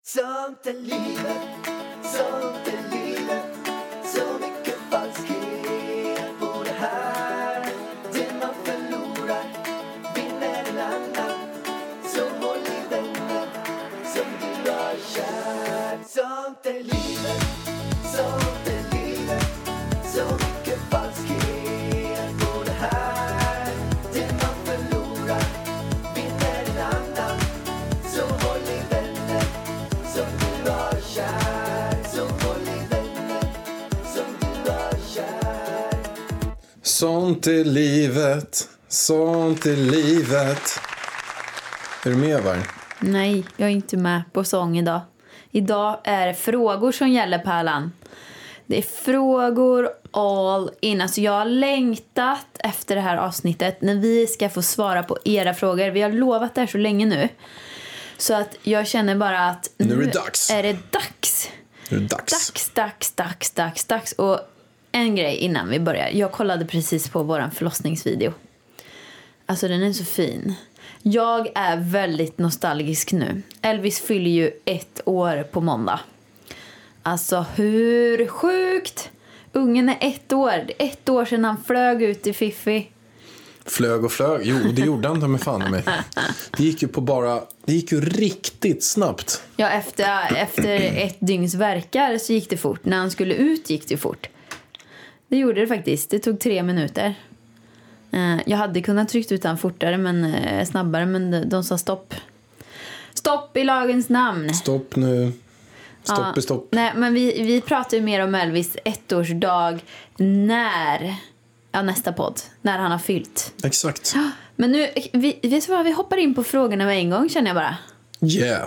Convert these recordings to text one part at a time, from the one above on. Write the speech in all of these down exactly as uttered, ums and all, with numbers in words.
Sånt är livet, sånt är livet. Så mycket falskhet på det här. Det man förlorar vinner en annan. Så håll i vänner som du har kär. Sånt är livet, sånt är livet. Så mycket falskhet på det här. Det man förlorar vinner en annan. Så håll i vänner som du har kär. Så håll i vänner som du har kär. Sånt är livet, sånt är livet. Är du med, Var? Nej, jag är inte med på sång idag. Idag är det frågor som gäller, Pärlan. Det är frågor all in. Alltså jag har längtat efter det här avsnittet när vi ska få svara på era frågor. Vi har lovat det här så länge nu. Så att jag känner bara att nu, Nu är det dags. är det dags. Nu är det dags. Dags, dags, dags, dags, dags. Och en grej innan vi börjar. Jag kollade precis på våran förlossningsvideo. Alltså den är så fin. Jag är väldigt nostalgisk nu. Elvis fyller ju ett år på måndag. Alltså hur sjukt. Ungen är ett år. Det är ett år sedan han flög ut i Fiffi. Flög och flög. Jo, det gjorde han med fan mig. Det gick ju på bara... Det gick ju riktigt snabbt. Ja, efter, efter ett dygns verkar så gick det fort. När han skulle ut gick det fort. Det gjorde det faktiskt. Det tog tre minuter. Eh, Jag hade kunnat tryckt ut han fortare, men eh, snabbare. Men de, de sa stopp. Stopp i lagens namn. Stopp nu. Stopp Ja, är stopp. Nej, men vi, vi pratar ju mer om Elvis ettårsdag när... Ja, nästa podd. När han har fyllt. Exakt. Men nu, vi, vet du vad? Vi hoppar in på frågorna med en gång, känner jag bara. Yeah.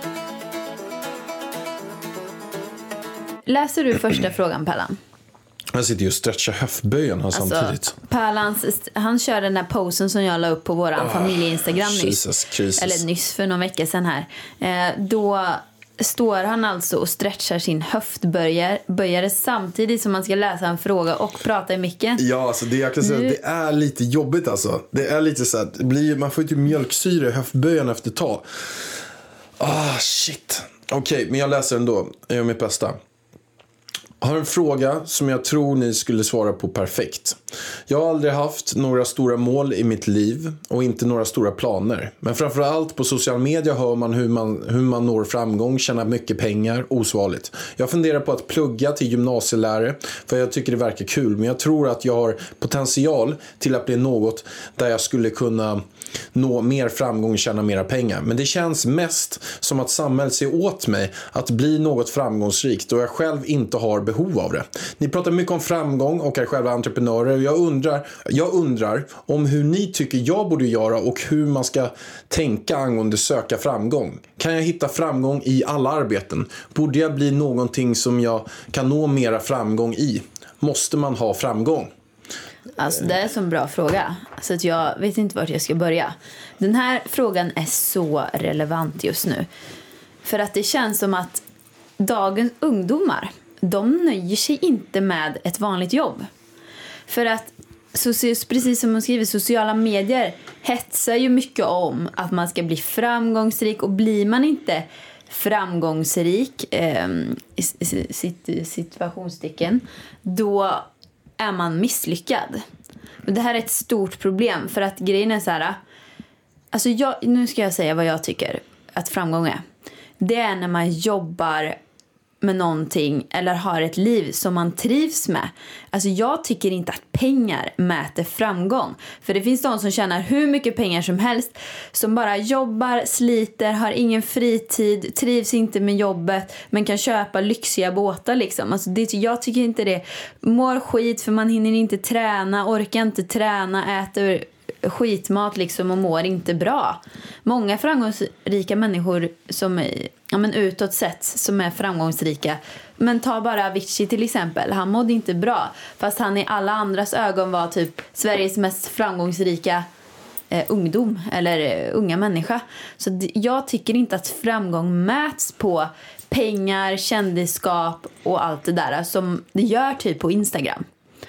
Läser du första frågan, Pärlan? Jag sitter ju och stretchar höftböjen här samtidigt. Alltså, Pärlans, han kör den där posen som jag la upp på våran Oh, familje-Instagram nyss. Jesus, Jesus. Eller nyss, för någon vecka sedan här. Eh, då står han alltså och stretchar sin höftböjare samtidigt som man ska läsa en fråga och prata i micken. Ja, alltså det jag kan säga Nu- det är lite jobbigt alltså. Det är lite så att det blir, man får ju typ mjölksyra i höftböjen efter ett tag. Ah, shit. Okej, okay, men jag läser ändå. Jag gör mitt bästa. Jag har en fråga som jag tror ni skulle svara på perfekt. Jag har aldrig haft några stora mål i mitt liv och inte några stora planer. Men framförallt på social media hör man hur man, hur man når framgång, tjänar mycket pengar, osvarligt. Jag funderar på att plugga till gymnasielärare för jag tycker det verkar kul. Men jag tror att jag har potential till att bli något där jag skulle kunna nå mer framgång och tjäna mera pengar. Men det känns mest som att samhället ser åt mig att bli något framgångsrikt och jag själv inte har behov av det. Ni pratar mycket om framgång och är själva entreprenörer. Jag undrar, jag undrar om hur ni tycker jag borde göra och hur man ska tänka angående söka framgång. Kan jag hitta framgång i alla arbeten? Borde jag bli någonting som jag kan nå mera framgång i? Måste man ha framgång? Alltså det är en sån bra fråga. Så att jag vet inte vart jag ska börja. Den här frågan är så relevant just nu. För att det känns som att dagens ungdomar, de nöjer sig inte med ett vanligt jobb. För att, precis som man skriver, sociala medier hetsar ju mycket om att man ska bli framgångsrik. Och blir man inte framgångsrik, eh, i sitt situationstecken, då är man misslyckad. Och det här är ett stort problem. För att grejen är så här. Alltså jag, nu ska jag säga vad jag tycker att framgång är. Det är när man jobbar med någonting eller har ett liv som man trivs med. Alltså jag tycker inte att pengar mäter framgång. För det finns de som tjänar hur mycket pengar som helst, som bara jobbar, sliter, har ingen fritid, trivs inte med jobbet, men kan köpa lyxiga båtar liksom. Alltså det, jag tycker inte det. Mår skit för man hinner inte träna, orkar inte träna, äter skitmat liksom och mår inte bra. Många framgångsrika människor som är, ja men utåt sett, som är framgångsrika, men ta bara Avicii till exempel. Han mådde inte bra, fast han i alla andras ögon var typ Sveriges mest framgångsrika eh, ungdom eller eh, unga människa. Så d- jag tycker inte att framgång mäts på pengar, kändisskap och allt det där som det gör typ på Instagram.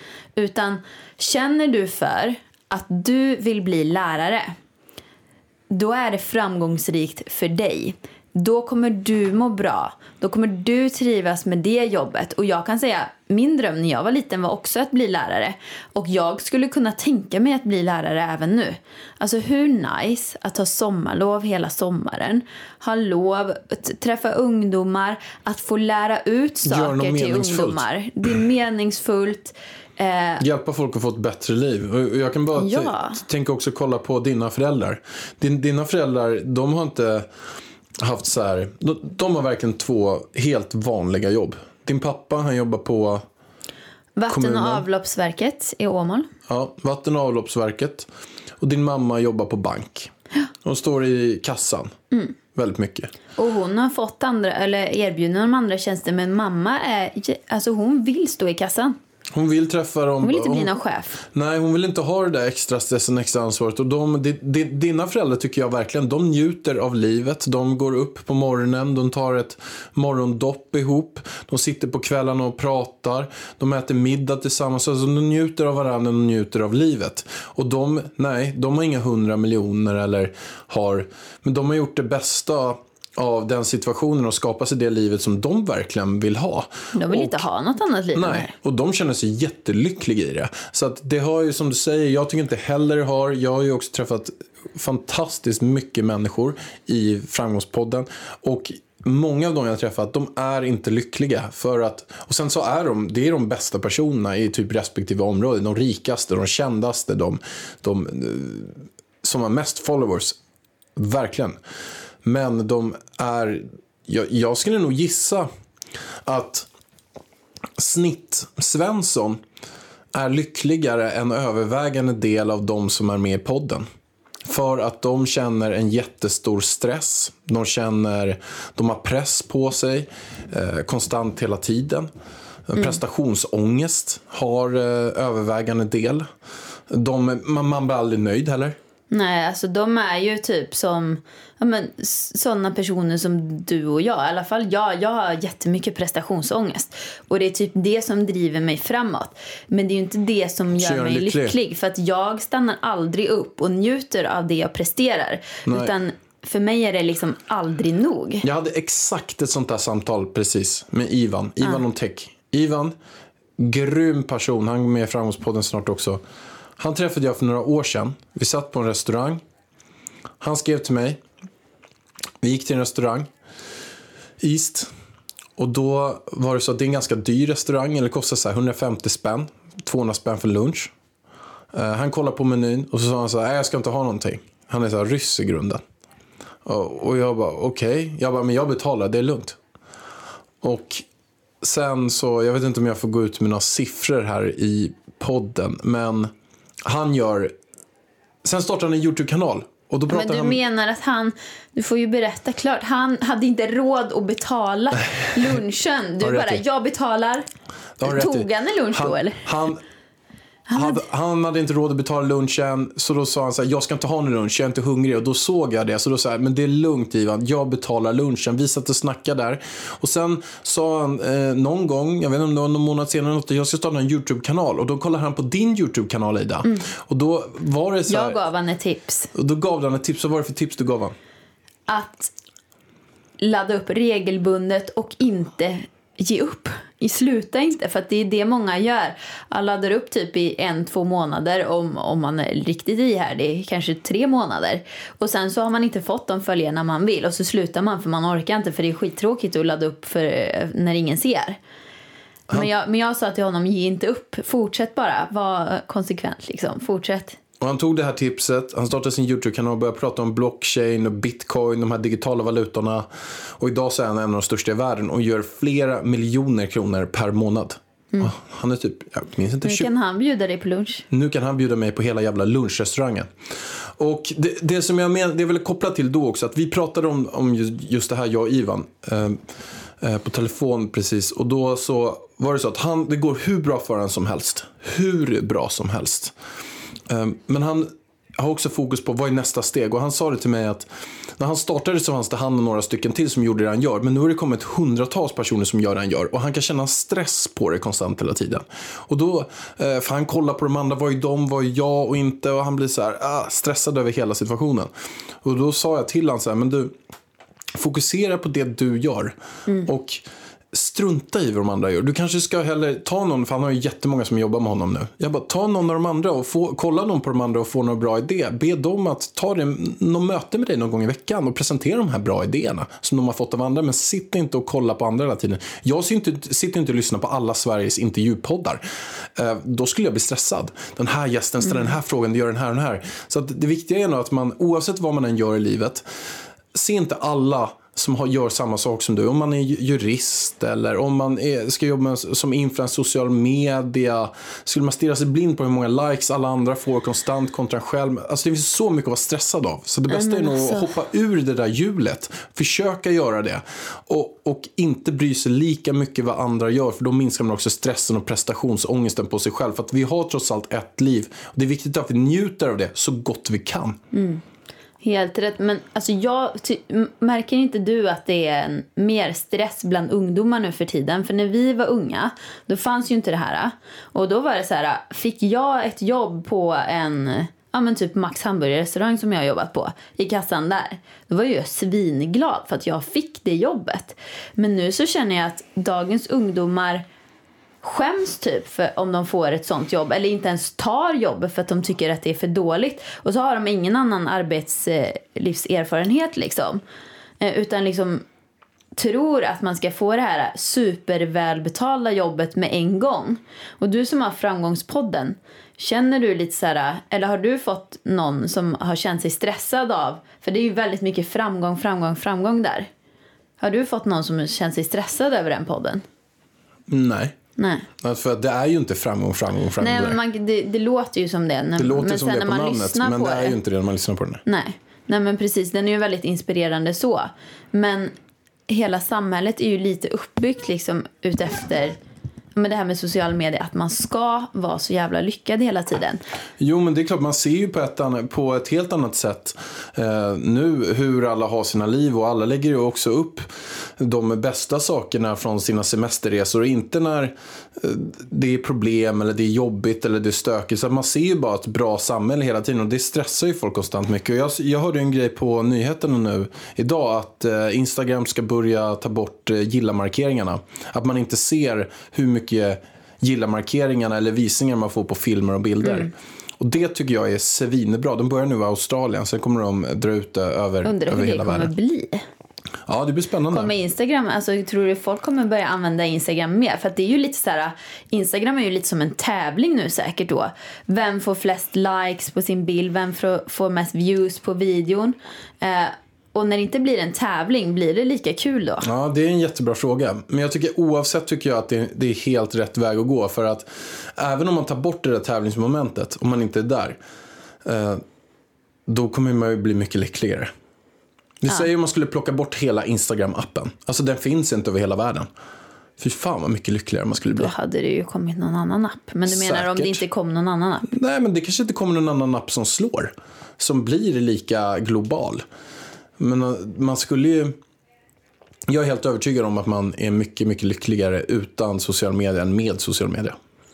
Utan känner du för att du vill bli lärare, då är det framgångsrikt för dig. då kommer du må bra. Då kommer du trivas med det jobbet. Och jag kan säga, min dröm när jag var liten var också att bli lärare. Och jag skulle kunna tänka mig att bli lärare även nu. Alltså hur nice att ha sommarlov hela sommaren. Ha lov, att träffa ungdomar. Att få lära ut saker till ungdomar. Det är meningsfullt. Eh, Hjälpa folk att få ett bättre liv. Och jag kan bara ja. t- tänka också kolla på dina föräldrar. Din, dina föräldrar, de har inte haft så här, de, de har verkligen två helt vanliga jobb. Din pappa, han jobbar på Vatten- kommunen. och avloppsverket i Åmål. Ja, Vatten- och avloppsverket. Och din mamma jobbar på bank. Hon står i kassan. Mm. Väldigt mycket. Och hon har fått andra, eller erbjudanden om andra tjänster. Men mamma är, alltså hon vill stå i kassan. Hon vill träffa dem. Hon vill inte bli hon, någon chef. Nej, hon vill inte ha det där extra stressen, extra ansvaret. Och de, de, de, dina föräldrar tycker jag verkligen, de njuter av livet. De går upp på morgonen, de tar ett morgondopp ihop. De sitter på kvällarna och pratar. De äter middag tillsammans. Alltså, de njuter av varandra, de njuter av livet. Och de, nej, de har inga hundra miljoner eller har... Men de har gjort det bästa av den situationen och skapa sig det livet som de verkligen vill ha. De vill och, inte ha något annat liv. Nej, och de känner sig jättelyckliga i det. Så att det har ju, som du säger, jag tycker inte heller har, jag har ju också träffat fantastiskt mycket människor i Framgångspodden och många av dem jag har träffat, de är inte lyckliga för att, och sen så är de, det är de bästa personerna i typ respektive område, de rikaste, de kändaste, de, de som har mest followers, verkligen. Men de är, jag, jag skulle nog gissa att snitt Svensson är lyckligare än övervägande del av de som är med i podden. För att de känner en jättestor stress. De känner, de har press på sig eh, konstant hela tiden. Mm. Prestationsångest har eh, övervägande del. De, man, man blir aldrig nöjd heller. Nej, alltså de är ju typ som ja, men, sådana personer som du och jag. I alla fall jag, jag har jättemycket prestationsångest. Och det är typ det som driver mig framåt. Men det är ju inte det som gör mig lycklig. lycklig. För att jag stannar aldrig upp och njuter av det jag presterar. Nej. Utan för mig är det liksom aldrig nog. Jag hade exakt ett sånt där samtal precis med Ivan. Ivan ah. och Tech. Ivan, grym person. Han är med i Framgångspodden snart också. Han träffade jag för några år sedan. Vi satt på en restaurang. Han skrev till mig. Vi gick till en restaurang. East. Och då var det så att det är en ganska dyr restaurang. Eller kostar så här hundrafemtio spänn. tvåhundra spänn för lunch. Uh, han kollade på menyn. Och så sa han så här. Jag ska inte ha någonting. Han är så här ryss i grunden. Och, och jag bara okej. Okay. Jag bara men jag betalar. Det är lugnt. Och sen så. Jag vet inte om jag får gå ut med några siffror här i podden. Men han gör... Sen startar han en YouTube-kanal. Och då pratar men du han... menar att han... Du får ju berätta klart. Han hade inte råd att betala lunchen. Du bara, jag betalar. Tog han en lunch han, då, eller? Han... Han hade, han hade inte råd att betala lunchen. Så då sa han så här, jag ska inte ha någon lunch, jag är inte hungrig. Och då såg jag det, så då sa jag, men det är lugnt Ivan, jag betalar lunchen. Vi satt och snackade där. Och sen sa han eh, någon gång, jag vet inte om det var någon månad senare något, jag ska starta en YouTube-kanal. Och då kollade han på din YouTube-kanal, Ida. Mm. Och då var det så här, jag gav han ett tips. Och då gav han ett tips, vad var det för tips du gav han? Att ladda upp regelbundet och inte ge upp. I sluta inte, för att det är det många gör. Man laddar upp typ i en, två månader om, om man är riktigt ihärdig, kanske tre månader. Och sen så har man inte fått de följarna man vill och så slutar man för man orkar inte, för det är skittråkigt att ladda upp för, när ingen ser. Men jag, men jag sa till honom, ge inte upp, fortsätt bara, var konsekvent liksom, fortsätt. Och han tog det här tipset, han startade sin YouTube-kanal och började prata om blockchain och bitcoin, de här digitala valutorna. Och idag så är han en av de största i världen och gör flera miljoner kronor per månad. Mm. Han är typ, jag minns inte, nu tjugo kan han bjuda dig på lunch. Nu kan han bjuda mig på hela jävla lunchrestaurangen. Och det, det som jag menar, det är väl kopplat till då också, att vi pratade om, om just, just det här, jag och Ivan, eh, eh, på telefon precis. Och då så var det så att han, det går hur bra för han som helst. Hur bra som helst. Men han har också fokus på vad är nästa steg. Och han sa det till mig att när han startade så fanns det han och några stycken till som gjorde det han gör. Men nu har det kommit hundratals personer som gör det han gör. Och han kan känna stress på det konstant hela tiden. Och då, för han kollar på de andra, vad är de, vad är jag och inte. Och han blir så här ah, stressad över hela situationen. Och då sa jag till han så här, men du, Fokusera på det du gör. Mm. Och strunta i vad de andra gör. Du kanske ska heller ta någon, för han har ju jättemånga som jobbar med honom nu. Jag bara, ta någon av de andra och få, kolla någon på de andra och få några bra idé. Be dem att ta det, någon möte med dig någon gång i veckan och presentera de här bra idéerna som de har fått av andra. Men sitt inte och kolla på andra hela tiden. Jag sitter inte, sitter inte och lyssnar på alla Sveriges intervjupoddar. Eh, då skulle jag bli stressad. Den här gästen ställer mm. den här frågan, du gör den här och den här. Så att det viktiga är nog att man, oavsett vad man än gör i livet, se inte alla som har, gör samma sak som du. Om man är jurist eller om man är, ska jobba med, som influencer social media, skulle man stirra sig blind på hur många likes alla andra får konstant kontra själv. Alltså det finns så mycket att vara stressad av. Så det bästa mm, är nog alltså. att hoppa ur det där hjulet. Försöka göra det. Och, och inte bry sig lika mycket vad andra gör. För då minskar man också stressen och prestationsångesten på sig själv. För att vi har trots allt ett liv. Och det är viktigt att vi njuter av det så gott vi kan. Mm. Helt rätt, men alltså jag ty- märker inte du att det är en mer stress bland ungdomar nu för tiden? För när vi var unga, då fanns ju inte det här. Och då var det så här, fick jag ett jobb på en, ja men typ Max hamburgerrestaurang som jag har jobbat på, i kassan där, då var jag svinglad för att jag fick det jobbet. Men nu så känner jag att dagens ungdomar skäms typ för om de får ett sånt jobb, eller inte ens tar jobbet för att de tycker att det är för dåligt, och så har de ingen annan arbetslivserfarenhet liksom, utan liksom tror att man ska få det här supervälbetalda jobbet med en gång. Och du som har Framgångspodden, känner du lite så här, eller har du fått någon som har känt sig stressad av, för det är ju väldigt mycket framgång, framgång, framgång där. Har du fått någon som känt sig stressad över den podden? Nej. Nej. För det är ju inte framgång, framgång, framgång. Nej, men man, det, det låter ju som det. När, det låter men som sen det när på man namnet, lyssnar men på det är det, ju inte det när man lyssnar på den. Nej. Nej, men precis. Den är ju väldigt inspirerande så. Men hela samhället är ju lite uppbyggt liksom utefter med det här med social media, att man ska vara så jävla lyckad hela tiden. Jo, men det är klart, man ser ju på ett, annat, på ett helt annat sätt eh, nu hur alla har sina liv, och alla lägger ju också upp de bästa sakerna från sina semesterresor, och inte när eh, det är problem eller det är jobbigt eller det är stökigt. Så man ser ju bara ett bra samhälle hela tiden, och det stressar ju folk konstant mycket. Och jag, jag hörde en grej på nyheterna nu idag, att eh, Instagram ska börja ta bort eh, gilla-markeringarna. Att man inte ser hur mycket gilla-markeringarna eller visningar man får på filmer och bilder. Mm. Och det tycker jag är svinbra. De börjar nu i Australien, sen kommer de dra ut det över, Undrar över hur hela det kommer världen. Bli. Ja, det blir spännande. Kommer Instagram, alltså tror du folk kommer börja använda Instagram mer? För att det är ju lite så här, Instagram är ju lite som en tävling nu säkert då. Vem får flest likes på sin bild? Vem får, får mest views på videon? Eh, Och när det inte blir en tävling, blir det lika kul då? Ja, det är en jättebra fråga. Men jag tycker oavsett tycker jag att det, det är helt rätt väg att gå. För att även om man tar bort det där tävlingsmomentet, om man inte är där, eh, då kommer man ju bli mycket lyckligare. Vi ja. säger om man skulle plocka bort hela Instagram-appen. Alltså den finns inte över hela världen. Fy fan vad mycket lyckligare man skulle bli. Då hade det ju kommit någon annan app. Men du menar Säkert. om det inte kom någon annan app? Nej, men det kanske inte kommer någon annan app som slår. Som blir lika global. Men man skulle ju... Jag är helt övertygad om att man är mycket, mycket lyckligare utan social media än med social media.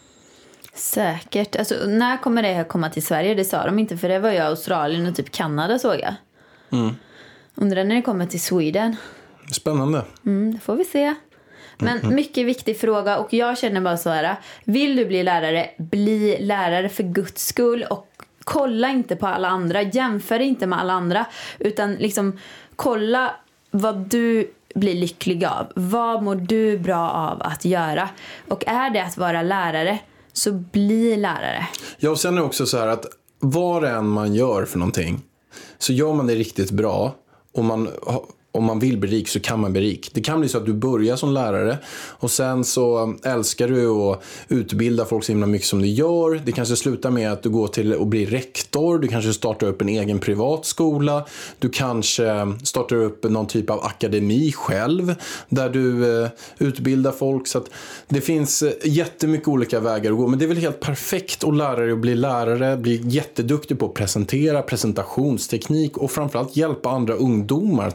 Säkert. Alltså, när kommer det här komma till Sverige? Det sa de inte, för det var ju Australien och typ Kanada såg jag. Mm. Undrar när det kommer till Sweden. Spännande. Mm, det får vi se. Men mm-hmm. mycket viktig fråga, och jag känner bara så här: vill du bli lärare, bli lärare för Guds skull, och kolla inte på alla andra, jämför inte med alla andra, utan liksom kolla vad du blir lycklig av. Vad mår du bra av att göra? Och är det att vara lärare, så bli lärare. Ja, och sen är det också så här att vad än man gör för någonting, så gör man det riktigt bra, och man om man vill bli rik så kan man bli rik. Det kan bli så att du börjar som lärare och sen så älskar du att utbilda folk så himla mycket som du gör. Det kanske slutar med att du går till att bli rektor. Du kanske startar upp en egen privat skola. Du kanske startar upp någon typ av akademi själv där du utbildar folk. Så att det finns jättemycket olika vägar att gå. Men det är väl helt perfekt att lära dig att bli lärare. Bli jätteduktig på att presentera, presentationsteknik och framförallt hjälpa andra ungdomar till att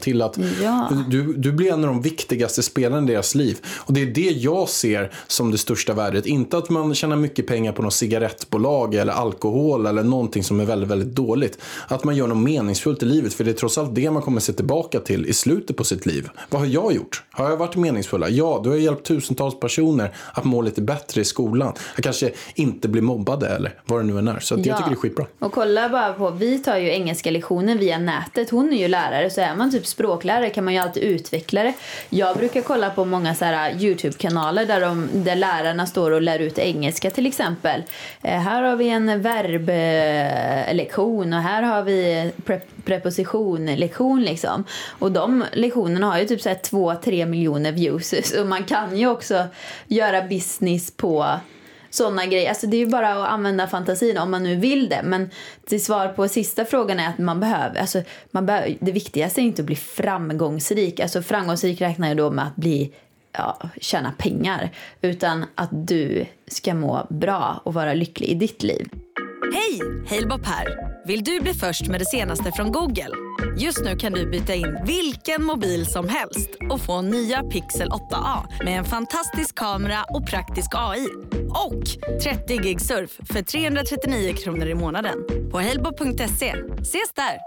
Ja. Du, du blir en av de viktigaste spelarna i deras liv. Och det är det jag ser som det största värdet. Inte att man tjänar mycket pengar på något cigarettbolag eller alkohol eller någonting som är väldigt, väldigt dåligt. Att man gör något meningsfullt i livet. För det är trots allt det man kommer se tillbaka till i slutet på sitt liv. Vad har jag gjort? Har jag varit meningsfulla? Ja, då har jag hjälpt tusentals personer att må lite bättre i skolan. Jag kanske inte blir mobbade eller vad det nu än är. Så att Ja. jag tycker det är skitbra. Och kolla bara på, vi tar ju engelska lektioner via nätet. Hon är ju lärare, så är man typ språklärare kan man ju alltid utveckla det. Jag brukar kolla på många så här YouTube-kanaler där, de, där lärarna står och lär ut engelska till exempel. Eh, här har vi en verblektion och här har vi pre- preposition-lektion liksom. Och de lektionerna har ju typ så här två, tre miljoner views. Så man kan ju också göra business på sådana grejer. Alltså det är ju bara att använda fantasin om man nu vill det. Men till svar på sista frågan är att man behöver, alltså man behöver, det viktigaste är inte att bli framgångsrik. Alltså framgångsrik räknar jag då med att bli, ja, tjäna pengar. Utan att du ska må bra och vara lycklig i ditt liv. Hej, Halebop här. Vill du bli först med det senaste från Google? Just nu kan du byta in vilken mobil som helst och få nya Pixel åtta A med en fantastisk kamera och praktisk A I. Och trettio gig surf för trehundratrettionio kronor i månaden på halebop punkt se. Ses där!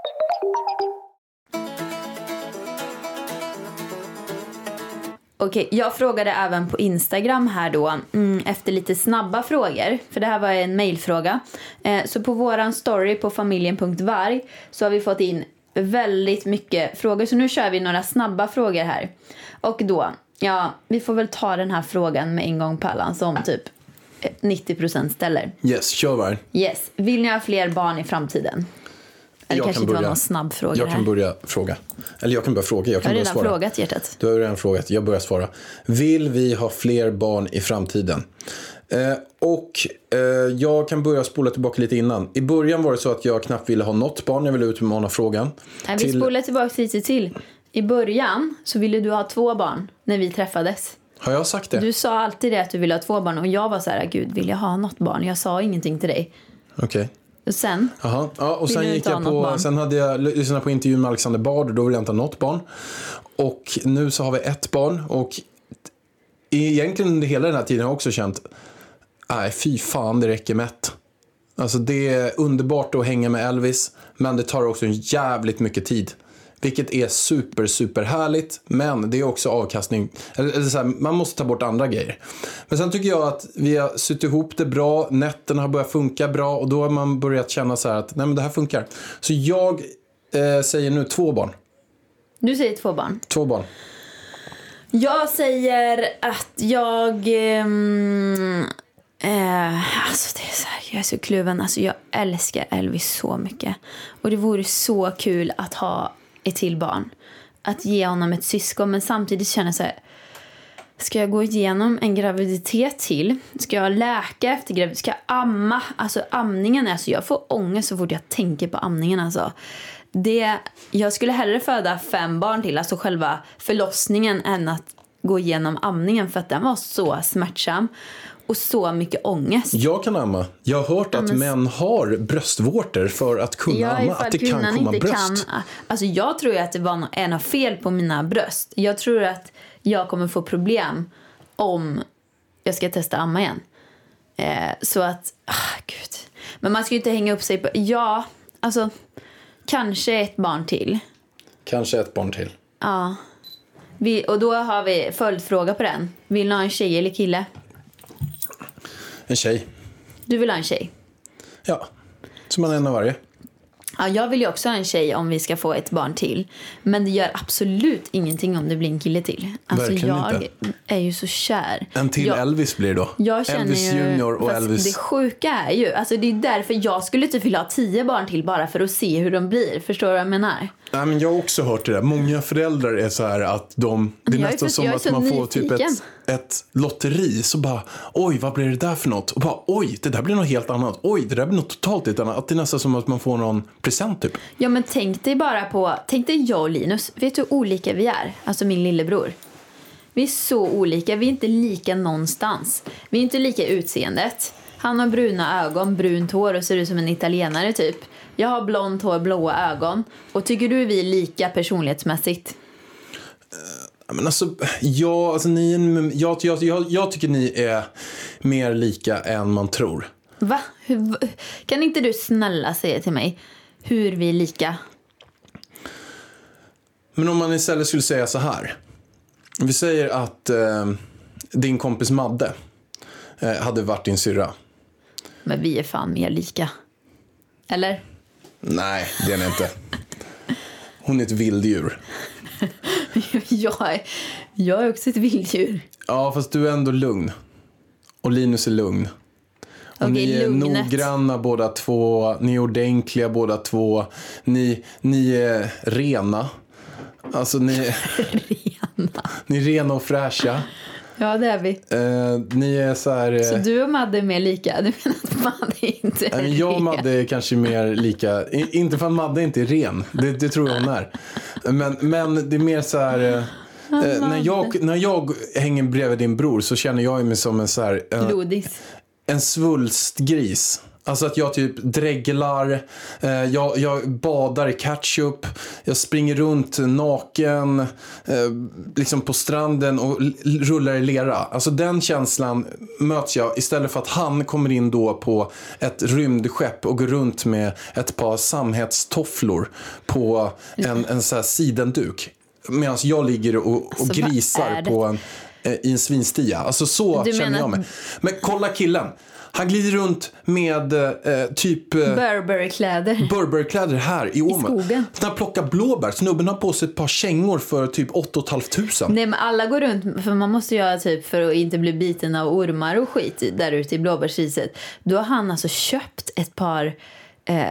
Okej, jag frågade även på Instagram här då mm, efter lite snabba frågor. För det här var en mejlfråga. Eh, så på våran story på familjen punkt varg så har vi fått in väldigt mycket frågor. Så nu kör vi några snabba frågor här. Och då, ja, vi får väl ta den här frågan med en gång på alla som typ nittio procent ställer. Yes, kör var. Yes, vill ni ha fler barn i framtiden? Eller Jag kanske kan inte börja. var någon snabb fråga Jag här. kan börja fråga. Eller jag kan börja fråga. Jag kan Jag har börja redan svara. frågat hjärtat. Du har redan frågat. Jag börjar svara. Vill vi ha fler barn i framtiden? Eh, och eh, jag kan börja spola tillbaka lite innan. I början var det så att jag knappt ville ha något barn. Jag ville utmana frågan. Nej, vi till... spolar tillbaka lite till. I början så ville du ha två barn när vi träffades. Har jag sagt det? Du sa alltid det att du ville ha två barn. Och jag var så här, gud, vill jag ha något barn? Jag sa ingenting till dig. Okej. Okay. Och sen? Aha. Ja, och Vill sen du gick inte jag ha något på, barn? sen hade jag lyssnat på intervjun med Alexander Bard och då ville jag inte ha något barn. Och nu så har vi ett barn och egentligen under hela den här tiden har jag också känt, nej fy fan, det räcker med ett. Alltså det är underbart att hänga med Elvis, men det tar också en jävligt mycket tid. Vilket är super, super härligt. Men det är också avkastning. Eller, eller så här, man måste ta bort andra grejer. Men sen tycker jag att vi har sytt ihop det bra. Nätterna har börjat funka bra. Och då har man börjat känna så här att nej, men det här funkar. Så jag eh, säger nu två barn. Du säger två barn. Två barn. Jag säger att jag... ehm, eh, alltså det är så här, jag är så kluven. Alltså jag älskar Elvis så mycket. Och det vore så kul att ha ett till barn. Att ge honom ett syskon. Men samtidigt känner jag så här, ska jag gå igenom en graviditet till? Ska jag läka efter graviditet? Ska jag amma? Alltså amningen är så, jag får ångest så fort jag tänker på amningen alltså. Det, jag skulle hellre föda fem barn till, alltså själva förlossningen, än att gå igenom amningen, för att den var så smärtsam och så mycket ångest. Jag kan amma. Jag har hört att men... män har bröstvårtor för att kunna ja, amma. Att det kan komma bröst. Kan, alltså jag tror ju att det var något, är något fel på mina bröst. Jag tror att jag kommer få problem om jag ska testa amma igen. Eh, så att, ah, gud. Men man ska ju inte hänga upp sig på, ja, alltså kanske ett barn till. Kanske ett barn till. Ja. Vi, och då har vi följdfråga på den. Vill du ha en tjej eller kille? En tjej. Du vill ha en tjej? Ja, som man är en av varje. Ja, jag vill ju också ha en tjej om vi ska få ett barn till. Men det gör absolut ingenting om det blir en kille till. Alltså verkligen jag inte. är ju så kär. En till jag, Elvis blir det då. Jag känner Elvis ju, Junior och fast Elvis. det sjuka är ju, alltså det är därför jag skulle typ vilja ha tio barn till, bara för att se hur de blir. Förstår du vad jag menar? Nej, men jag har också hört det där. Många föräldrar är så här att de, det är jag är nästan för, som att man får typ ett, ett lotteri. Så bara, oj, vad blir det där för något? Och bara, oj, det där blir något helt annat. Oj, det där blir något totalt helt annat. Att det är nästan som att man får någon present typ. Ja, men tänk dig bara på, tänk dig jag och Linus. Vet du hur olika vi är? Alltså min lillebror. Vi är så olika, vi är inte lika någonstans. Vi är inte lika utseendet. Han har bruna ögon, brunt hår och ser ut som en italienare typ. Jag har blont hår, blåa ögon. Och tycker du vi är lika personlighetsmässigt? Men alltså, ja, alltså ni, jag, jag, jag, jag tycker ni är mer lika än man tror. Va? Hur, kan inte du snälla säga till mig hur vi är lika? Men om man istället skulle säga så här. Vi säger att eh, din kompis Madde eh, hade varit din syrra. Men vi är fan mer lika. Eller? Nej, det är ni inte. Hon är ett vilddjur. jag, är, jag är också ett vilddjur. Ja, fast du är ändå lugn. Och Linus är lugn. Och Okej, ni är lugnet. noggranna båda två. Ni är ordentliga båda två. Ni, ni är rena. Alltså ni är, Rena. ni är rena och fräscha. Ja, det är vi. Eh, ni är så här... Eh, Så du och Madde är mer lika? Du menar att Madde inte är jag och ren? Madde är kanske mer lika. I, inte för att Madde inte är ren. Det, det tror jag hon är. Men, men det är mer så här... Eh, eh, när, jag, när jag hänger bredvid din bror så känner jag mig som en så här... Eh, Lodis. en svulstgris. Alltså att jag typ dreglar, eh, jag, jag badar i ketchup, jag springer runt naken eh, liksom på stranden och l- rullar i lera. Alltså den känslan möts jag istället för att han kommer in då på ett rymdskepp och går runt med ett par samhetstofflor på en, en så här sidenduk. Medan jag ligger och, och Alltså, vad grisar är det? på en, eh, i en svinstia. Alltså så Du känner menar jag mig. Men kolla killen. Han glider runt med eh, typ... Eh, Burberry-kläder. Burberry-kläder här i Åmål. skogen. Så han plockar blåbär. Snubben har på sig ett par kängor för typ åtta och ett halvt tusen. Nej, men alla går runt, för man måste göra typ för att inte bli biten av ormar och skit där ute i blåbärsriset. Då har han alltså köpt ett par eh,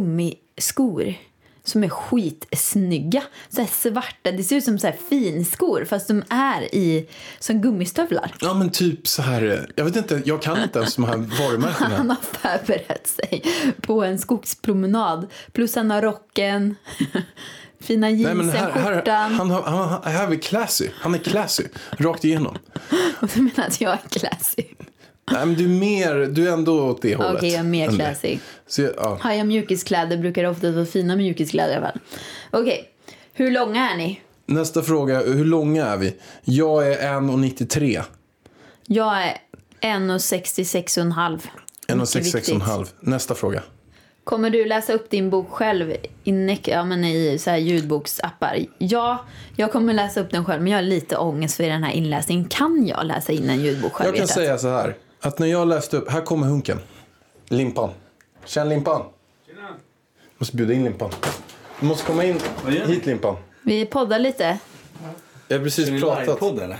gummiskor som är skitsnygga. Så här svarta, det ser ut som så här finskor fast de är i som gummistövlar. Ja men typ så här, jag vet inte, jag kan inte ens de här varumärkena. Han har förberett sig på en skogspromenad. Plus han har rocken, fina jeansen, Nej men här, här, skjortan. han, har, han, han, här är classy. Han är classy, rakt igenom. Och du menar att jag är classy? Nej men du är mer, du är ändå åt det hållet. Okej, jag är mer än det. classy. Så, ja. Har jag mjukiskläder brukar det ofta vara fina mjukiskläder i alla fall. Okej, hur långa är ni? Nästa fråga, hur långa är vi? Jag är en komma nittiotre. Jag är en komma sextiosex och en halv. en komma sextiosex och en halv. Nästa fråga. Kommer du läsa upp din bok själv i, ne- ja, men i så här ljudboksappar? Ja, jag kommer läsa upp den själv, men jag har lite ångest för den här inläsningen. Kan jag läsa in en ljudbok själv? Jag kan vet säga så här, att när jag läste upp, här kommer hunken. Limpan. Känn Limpan. Tjena. Måste bjuda in Limpan. Du måste komma in Vad gör ni? hit Limpan. Vi poddar lite. Jag har precis Är ni pratat. livepodd eller?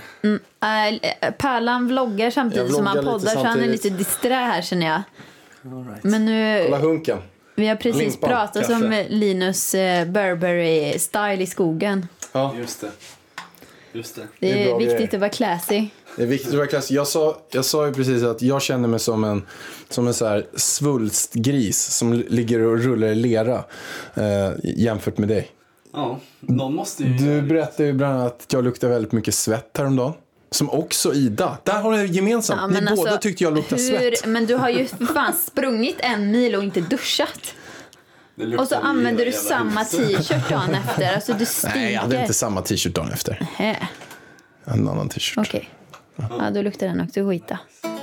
Äh, Pärlan vloggar samtidigt Jag som han vloggar lite poddar, så han är samtidigt. lite disträ här känner jag. All right. Men nu, Kolla hunken. vi har precis Limpan, pratat kaffe. om Linus eh, Burberry-style i skogen. Ja, Just det. Just det. Det Det är är, bra viktigt grejer. att vara classy. det är viktigt att vara klass. Jag sa, jag sa ju precis att jag känner mig som en, som en så här svulstgris som ligger och rullar i lera eh, jämfört med dig. Ja, någon måste ju... Du berättade ju bland annat att jag luktar väldigt mycket svett häromdagen. Som också Ida. Där har ni gemensamt. Ja, Ni men båda alltså, tyckte jag luktade hur, svett. Men du har ju för fan sprungit en mil och inte duschat. Det luktar Och så i använder du hela samma huset. t-shirt dagen efter. Alltså du stinker. Nej, jag hade inte samma t-shirt dagen efter. Hä, En annan t-shirt. okej. Ja, då luktar den också skita.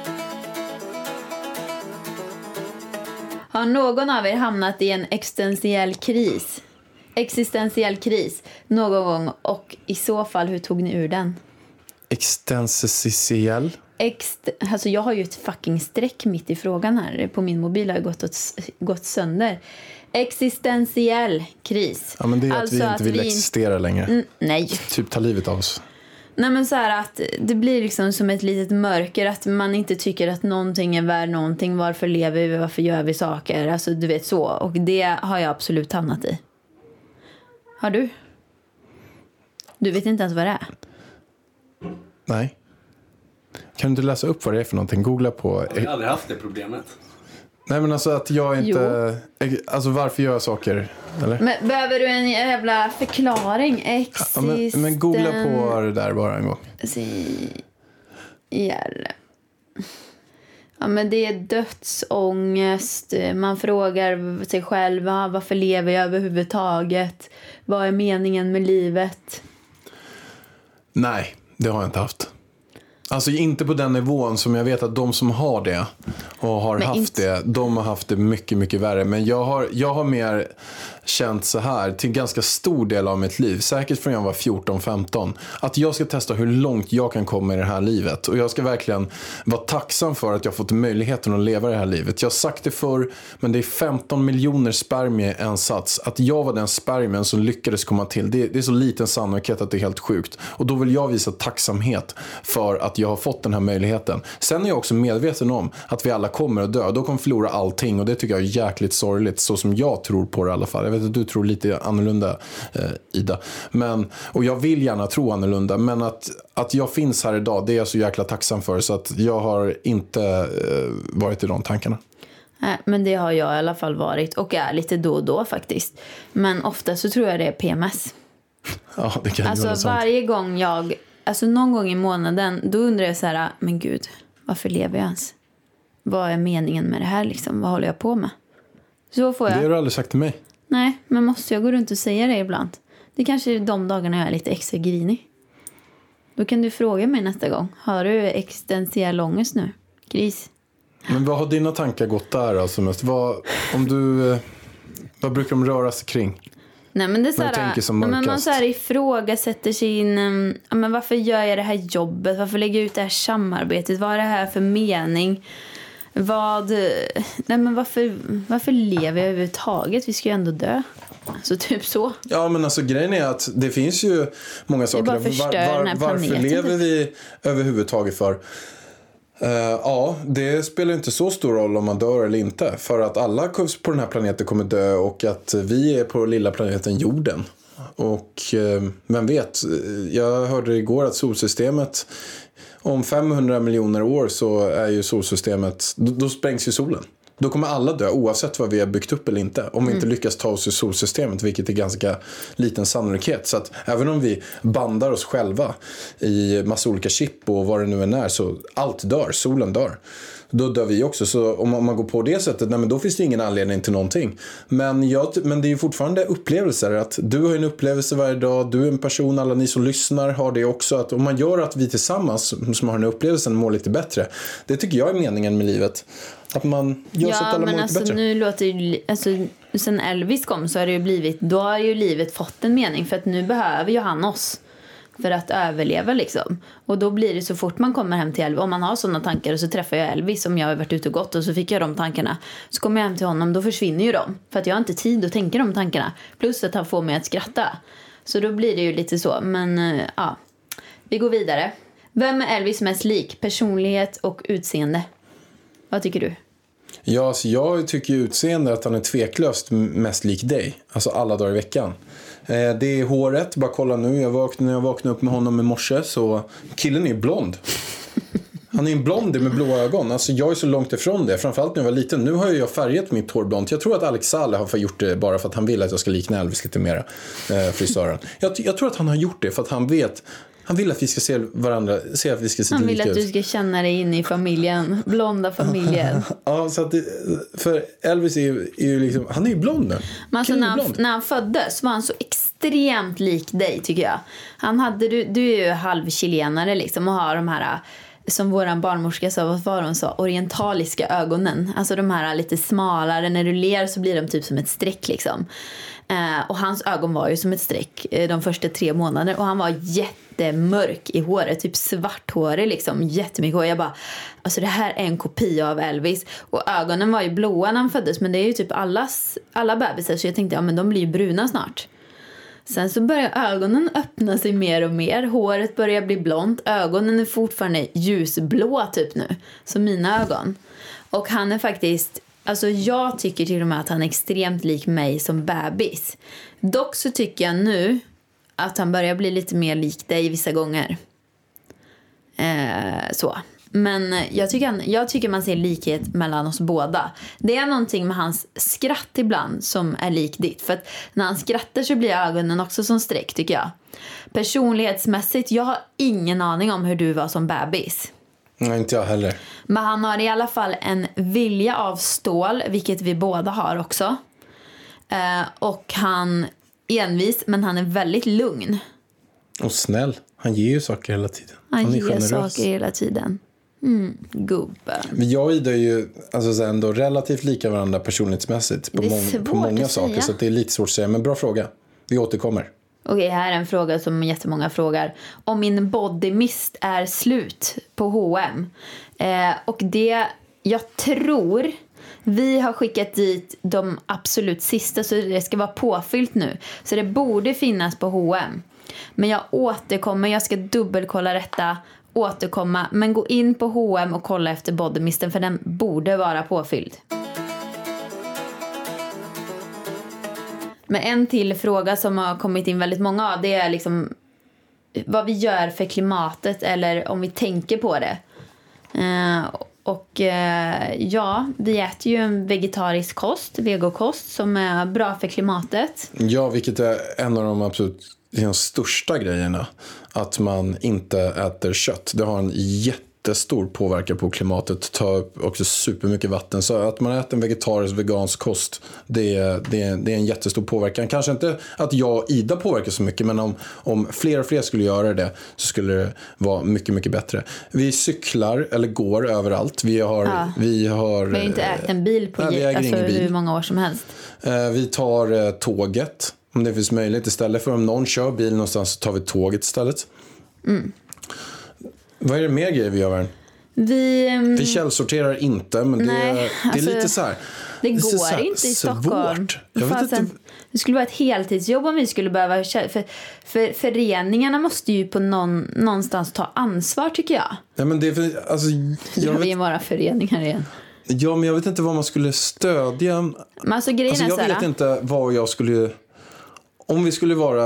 Har någon av er hamnat i en existentiell kris? Existentiell kris någon gång, och i så fall hur tog ni ur den? Existentiell. Ext, alltså jag har ju ett fucking streck mitt i frågan här. På min mobil har jag gått, åt, gått sönder. Existentiell kris. Ja, men det är Alltså att vi att inte vill vi- existera längre. Mm, nej. Typ ta livet av oss. Nej, men så här att det blir liksom som ett litet mörker, att man inte tycker att någonting är värd någonting. Varför lever vi? Varför gör vi saker? Alltså du vet så. Och det har jag absolut hamnat i. Har du? Du vet inte ens vad det är. Nej. Kan du inte läsa upp vad det är för någonting? Googla på. Jag har aldrig haft det problemet. Nej men alltså att jag inte... Alltså varför gör jag saker? Eller? Men behöver du en jävla förklaring? Ja, men, men googla på det där bara en gång. Existentiell. Ja, men det är dödsångest. Man frågar sig själv, ah, varför lever jag överhuvudtaget? Vad är meningen med livet? Nej, det har jag inte haft. Alltså inte på den nivån som jag vet att de som har det och har Men haft inte... det, de har haft det mycket, mycket värre. Men jag har, jag har mer känt så här till ganska stor del av mitt liv, säkert från jag var fjorton femton, att jag ska testa hur långt jag kan komma i det här livet. Och jag ska verkligen vara tacksam för att jag fått möjligheten att leva det här livet. Jag har sagt det förr, men det är femton miljoner spermier en sats. Att jag var den spermien som lyckades komma till, det, det är så liten sannolikhet att det är helt sjukt. Och då vill jag visa tacksamhet för att jag har fått den här möjligheten. Sen är jag också medveten om att vi alla kommer att dö. Då kommer förlora allting, och det tycker jag är jäkligt sorgligt, så som jag tror på det i alla fall. Jag vet att du tror lite annorlunda, eh, Ida. Men, och jag vill gärna tro annorlunda, men att, att jag finns här idag, det är jag så jäkla tacksam för, så att jag har inte eh, varit i de tankarna. Nej, men det har jag i alla fall varit, och är lite då och då faktiskt. Men ofta så tror jag det är P M S. Ja, det kan alltså varje gång jag, alltså någon gång i månaden, då undrar jag så här, men gud, varför lever jag ens? Vad är meningen med det här liksom? Vad håller jag på med? Så får jag... Det har du aldrig sagt till mig. Nej, men måste jag gå runt och säga det ibland? Det kanske är de dagarna jag är lite extra grinig. Då kan du fråga mig nästa gång. Har du existentiell ångest nu? Gris. Men vad har dina tankar gått där alltså mest? Vad, om du, vad brukar de röra sig kring? Nej, men det är så här, men man så här ifrågasätter sin, ja, men varför gör jag det här jobbet? Varför lägger jag ut det här samarbetet? Vad är det här för mening? Vad, nej men varför, varför lever jag överhuvudtaget? Vi ska ju ändå dö. Så typ så. Ja, men alltså grejen är att det finns ju många saker. Var, var, varför lever vi överhuvudtaget för? Uh, ja, det spelar inte så stor roll om man dör eller inte. För att alla på den här planeten kommer dö, och att vi är på lilla planeten jorden. Och uh, vem vet, jag hörde igår att solsystemet, om femhundra miljoner år så är ju solsystemet, då, då sprängs ju solen. Då kommer alla dö oavsett vad vi har byggt upp eller inte. Om vi inte lyckas ta oss ur solsystemet, vilket är ganska liten sannolikhet. Så att även om vi bandar oss själva i massa olika chip och vad det nu än är, så allt dör, solen dör. Då dör vi också. Så om man går på det sättet, nej, men då finns det ingen anledning till någonting. Men, jag, men det är ju fortfarande upplevelser. Att du har en upplevelse varje dag, du är en person, alla ni som lyssnar har det också. Att om man gör att vi tillsammans som har den upplevelsen mår lite bättre, det tycker jag är meningen med livet. Att man gör ja, så att alla men mår alltså, lite bättre. Nu låter ju, alltså, sen Elvis kom så har det ju blivit, då har ju livet fått en mening. För att nu behöver ju han oss för att överleva liksom. Och då blir det så fort man kommer hem till Elvis, om man har sådana tankar, och så träffar jag Elvis om jag har varit ute och gått, och så fick jag de tankarna, så kommer jag hem till honom, då försvinner ju de. För att jag har inte tid att tänka de tankarna. Plus att han får mig att skratta. Så då blir det ju lite så. Men ja, vi går vidare. Vem är Elvis mest lik? Personlighet och utseende. Vad tycker du? Ja, alltså jag tycker ju utseende att han är tveklöst mest lik dig. Alltså alla dagar i veckan. Eh, det är håret, bara kolla nu. Jag vaknade, när jag vaknade upp med honom i morse, så killen är blond. Han är en blond med blåa ögon. Alltså jag är så långt ifrån det. Framförallt när jag var liten. Nu har jag färgat mitt hår blont. Jag tror att Alex Saleh har gjort det bara för att han vill att jag ska likna Elvis lite mer, eh, frisören. jag, jag tror att han har gjort det för att han vet... Han vill att vi ska se varandra, se att vi ska se Han vill lika att ut. du ska känna dig in i familjen, blonda familjen. Ja, så att det, för Elvis är ju, är ju liksom, han är ju blond nu. Men alltså när, han, när han föddes var han så extremt lik dig, tycker jag. Han hade, du, du är ju halvchilenare liksom, och har de här, som våran barnmorska sa, vad var hon sa, orientaliska ögonen. Alltså de här lite smalare, när du ler så blir de typ som ett streck liksom. Eh, och hans ögon var ju som ett streck eh, de första tre månaderna. Och han var jättemörk i håret, typ svarthårig liksom, jättemycket hår. Jag bara, alltså det här är en kopia av Elvis. Och ögonen var ju blåa när han föddes, men det är ju typ allas, alla bebisar. Så jag tänkte, ja men de blir ju bruna snart. Sen så börjar ögonen öppna sig mer och mer. Håret börjar bli blont. Ögonen är fortfarande ljusblå typ nu, som mina ögon. Och han är faktiskt... Alltså jag tycker till och med att han är extremt lik mig som bebis. Dock så tycker jag nu att han börjar bli lite mer lik dig vissa gånger. Eh, så. Men jag tycker, han, jag tycker man ser likhet mellan oss båda. Det är någonting med hans skratt ibland som är lik ditt. För att när han skrattar så blir ögonen också som streck, tycker jag. Personlighetsmässigt, jag har ingen aning om hur du var som bebis. Nej, inte jag heller. Men han har i alla fall en vilja av stål, vilket vi båda har också. Eh, och han är envis, men han är väldigt lugn. Och snäll. Han ger ju saker hela tiden. Han, Han är ger generös. saker hela tiden. Mm, gubben. Men jag och Ida är ju alltså, så här, ändå relativt lika varandra personlighetsmässigt på, Det är mång- svårt på många att saker. säga. Så att det är lite svårt att säga. Men bra fråga. Vi återkommer. Okej, här är en fråga som jättemånga frågar. Om min body mist är slut på H och M. Eh, och det, jag tror, vi har skickat dit de absolut sista så det ska vara påfyllt nu. Så det borde finnas på H och M. Men jag återkommer, jag ska dubbelkolla detta, återkomma. Men gå in på H och M och kolla efter bodymisten för den borde vara påfylld. Men en till fråga som har kommit in väldigt många av det är liksom vad vi gör för klimatet eller om vi tänker på det. Eh, och eh, ja, vi äter ju en vegetarisk kost, vegokost som är bra för klimatet. Ja, vilket är en av de absolut de största grejerna. Att man inte äter kött. Det har en jättestor påverkan på klimatet. Tar upp också supermycket vatten. Så att man äter en vegetarisk, vegansk kost, det är, det är, det är en jättestor påverkan. Kanske inte att jag och Ida påverkar så mycket, men om, om fler och fler skulle göra det så skulle det vara mycket, mycket bättre. Vi cyklar eller går överallt. Vi har... Ja. Vi har, Vi har inte ägt en bil på nej, vi äger alltså, ingen bil. hur många år som helst. Eh, vi tar eh, tåget om det finns möjlighet. Istället för om någon kör bil någonstans så tar vi tåget istället. Mm. Vad är det mer grejer vi gör, Värn? Vi, um, Vi källsorterar inte, men det, Nej, är, det alltså, är lite så här. det är så går här inte i svårt. Stockholm. Jag vet Fasen, inte. det skulle vara ett heltidsjobb om vi skulle behöva käll- för, för föreningarna måste ju på någon, någonstans ta ansvar tycker jag. Ja, men det är för, alltså, Nu jag, har vi vet, ju våra föreningar igen. ja, men jag vet inte vad man skulle stödja. Men alltså grejen Alltså, är jag så här, vet inte vad jag skulle... Om vi skulle vara...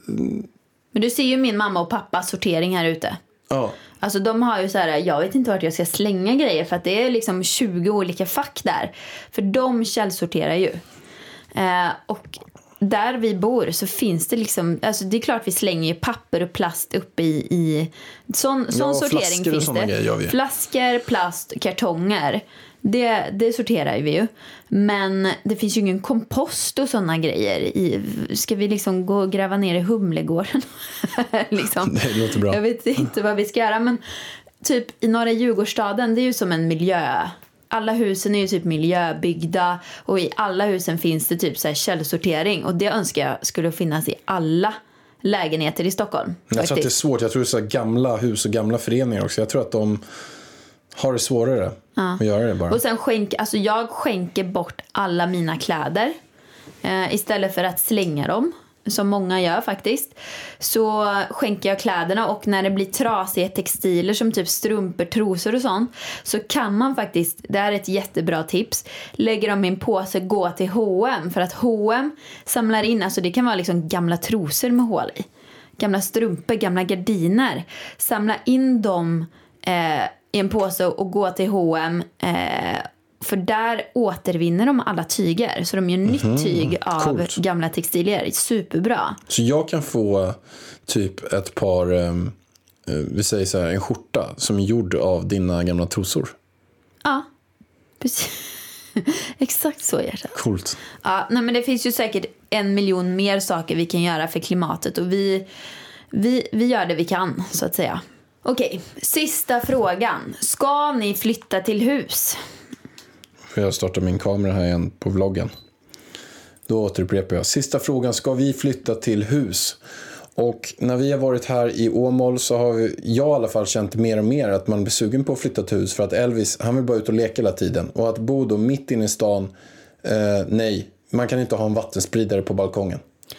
men du ser ju min mamma och pappa sortering här ute. Ja, Alltså de har ju så här, jag vet inte vart jag ska slänga grejer för att det är liksom tjugo olika fack där. För de källsorterar ju. Eh, och där vi bor så finns det liksom, alltså det är klart vi slänger ju papper och plast upp i, i sån, sån Ja, och sortering flaskor och finns såna det. grejer gör vi. Flaskor, plast, kartonger. Det, det sorterar vi ju. Men det finns ju ingen kompost och såna grejer. I, ska vi liksom gå och gräva ner i Humlegården? liksom. det låter bra. Jag vet inte vad vi ska göra. Men typ i norra Djurgårdsstaden, det är ju som en miljö. Alla husen är ju typ miljöbyggda. Och i alla husen finns det typ så här källsortering. Och det önskar jag skulle finnas i alla lägenheter i Stockholm. Jag tror att det är faktiskt. svårt. Jag tror det är så här gamla hus och gamla föreningar också. Jag tror att de har det svårare att göra det bara. Och sen skänk, alltså jag skänker bort alla mina kläder eh, istället för att slänga dem, som många gör faktiskt. Så skänker jag kläderna, och när det blir trasiga textiler som typ strumpor, trosor och sånt, så kan man faktiskt, det här är ett jättebra tips, lägger dem i en påse, gå till H och M, för att H och M samlar in, alltså det kan vara liksom gamla trosor med hål i, gamla strumpor, gamla gardiner, samla in dem eh, i en påse och gå till H och M, eh, för där återvinner de alla tyger, så de gör nytt tyg av coolt. gamla textilier. Superbra. Så jag kan få typ ett par, um, vi säger så här, en skjorta som är gjord av dina gamla trosor. Ja, precis. Exakt så, hjärtat. Coolt. Ja, nej, men det finns ju säkert en miljon mer saker vi kan göra för klimatet, och vi, vi, vi gör det vi kan, så att säga. Okej, sista frågan. Ska ni flytta till hus? Får jag starta min kamera här igen på vloggen. Då återupprepar jag. Sista frågan. Ska vi flytta till hus? Och när vi har varit här i Åmål så har vi, jag i alla fall känt mer och mer att man blir sugen på att flytta till hus. För att Elvis, han vill bara ut och leka hela tiden. Och att bo då mitt inne i stan, eh, nej. Man kan inte ha en vattenspridare på balkongen.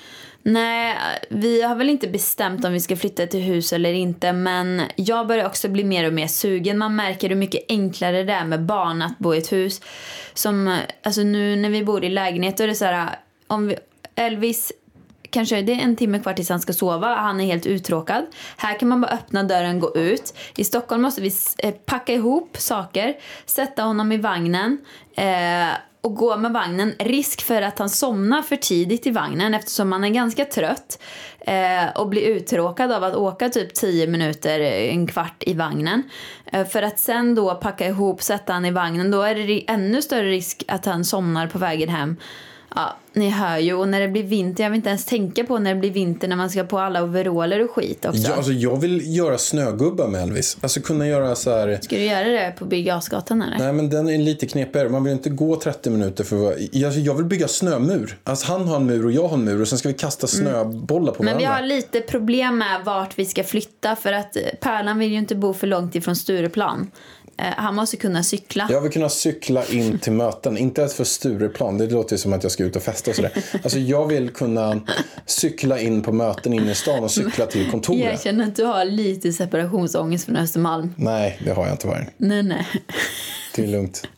Nej, vi har väl inte bestämt om vi ska flytta till hus eller inte. Men jag börjar också bli mer och mer sugen. Man märker hur mycket enklare det är med barn att bo i ett hus. Som, alltså nu när vi bor i lägenhet, då är det så här, om vi, Elvis, kanske det är en timme kvar tills han ska sova. Han är helt uttråkad. Här kan man bara öppna dörren, gå ut. I Stockholm måste vi packa ihop saker, sätta honom i vagnen eh, och gå med vagnen. Risk för att han somnar för tidigt i vagnen, eftersom man är ganska trött eh, och blir uttråkad av att åka typ tio minuter, en kvart i vagnen. Eh, för att sen då packa ihop, sätta han i vagnen. Då är det ännu större risk att han somnar på vägen hem. Ja, ni hör ju. Och när det blir vinter, jag vill inte ens tänka på när det blir vinter när man ska på alla overaller och skit också. Ja, alltså jag vill göra snögubbar med Elvis. Alltså kunna göra så här... Ska du göra det på Birger Jarlsgatan eller? Nej, men den är lite knepigare. Man vill inte gå trettio minuter för att vara... Alltså, jag vill bygga snömur. Alltså han har en mur och jag har en mur och sen ska vi kasta snöbollar på Men varandra. vi har lite problem med vart vi ska flytta för att Pärlan vill ju inte bo för långt ifrån Stureplan. Han måste kunna cykla. Jag vill kunna cykla in till möten. Inte ens för Stureplan. Det låter ju som att jag ska ut och festa och sådär. Alltså jag vill kunna cykla in på möten inne i stan och cykla till kontoret. Jag känner att du har lite separationsångest från Östermalm. Nej, det har jag inte varit. Nej, nej. Det är lugnt.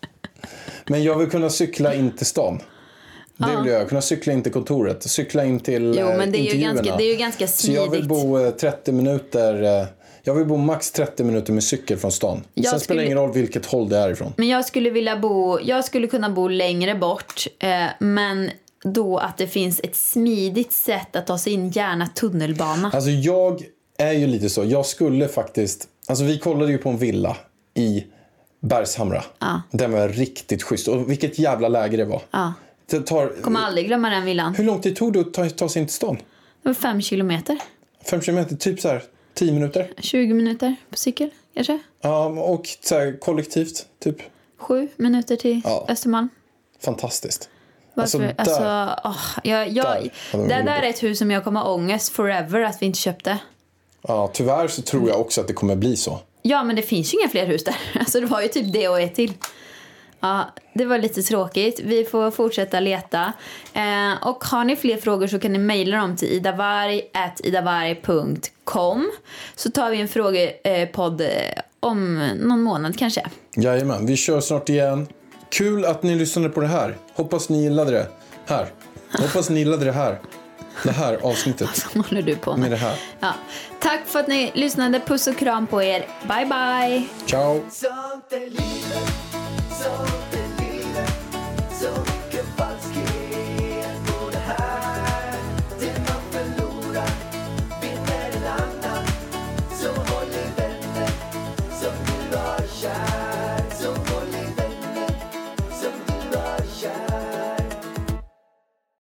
Men jag vill kunna cykla in till stan. Det vill jag. Kunna cykla in till kontoret. Cykla in till Jo, men det är, ju ganska, det är ju ganska smidigt. Så jag vill bo trettio minuter... Jag vill bo max trettio minuter med cykel från stan. Jag Sen skulle... spelar det ingen roll vilket håll det är ifrån. Men jag skulle vilja bo... Jag skulle kunna bo längre bort. Eh, men då att det finns ett smidigt sätt att ta sig in, gärna tunnelbana. Alltså jag är ju lite så. Jag skulle faktiskt... Alltså vi kollade ju på en villa i Bergshamra. Ja. Den var riktigt schysst. Och vilket jävla läge det var. Ja. Det tar... Kommer aldrig glömma den villan. Hur lång tid tog det att ta, ta sig in till stan? Det var fem kilometer. Fem kilometer, typ så här tio minuter. tjugo minuter på cykel, kanske. Ja, och så här kollektivt, typ. Sju minuter till Ja. Östermalm. Fantastiskt. Varför? Alltså, Alltså, där- åh, jag, jag, där hade de det gjort där det. är ett hus som jag kommer ha ångest forever att vi inte köpte. Ja, tyvärr så tror jag också att det kommer bli så. Ja, men det finns ju inga fler hus där. Alltså det var ju typ det och ett till. Ja, det var lite tråkigt. Vi får fortsätta leta. Eh, och har ni fler frågor så kan ni mejla dem till idavarg at idavarg punkt com. Så tar vi en frågepodd eh, om någon månad kanske. Jajamän, vi kör snart igen. Kul att ni lyssnade på det här. Hoppas ni gillade det här. Hoppas ni gillade det här. Det här avsnittet Vad håller du på med med? det här. Ja. Tack för att ni lyssnade. Puss och kram på er. Bye bye. Ciao! Sånt är livet, så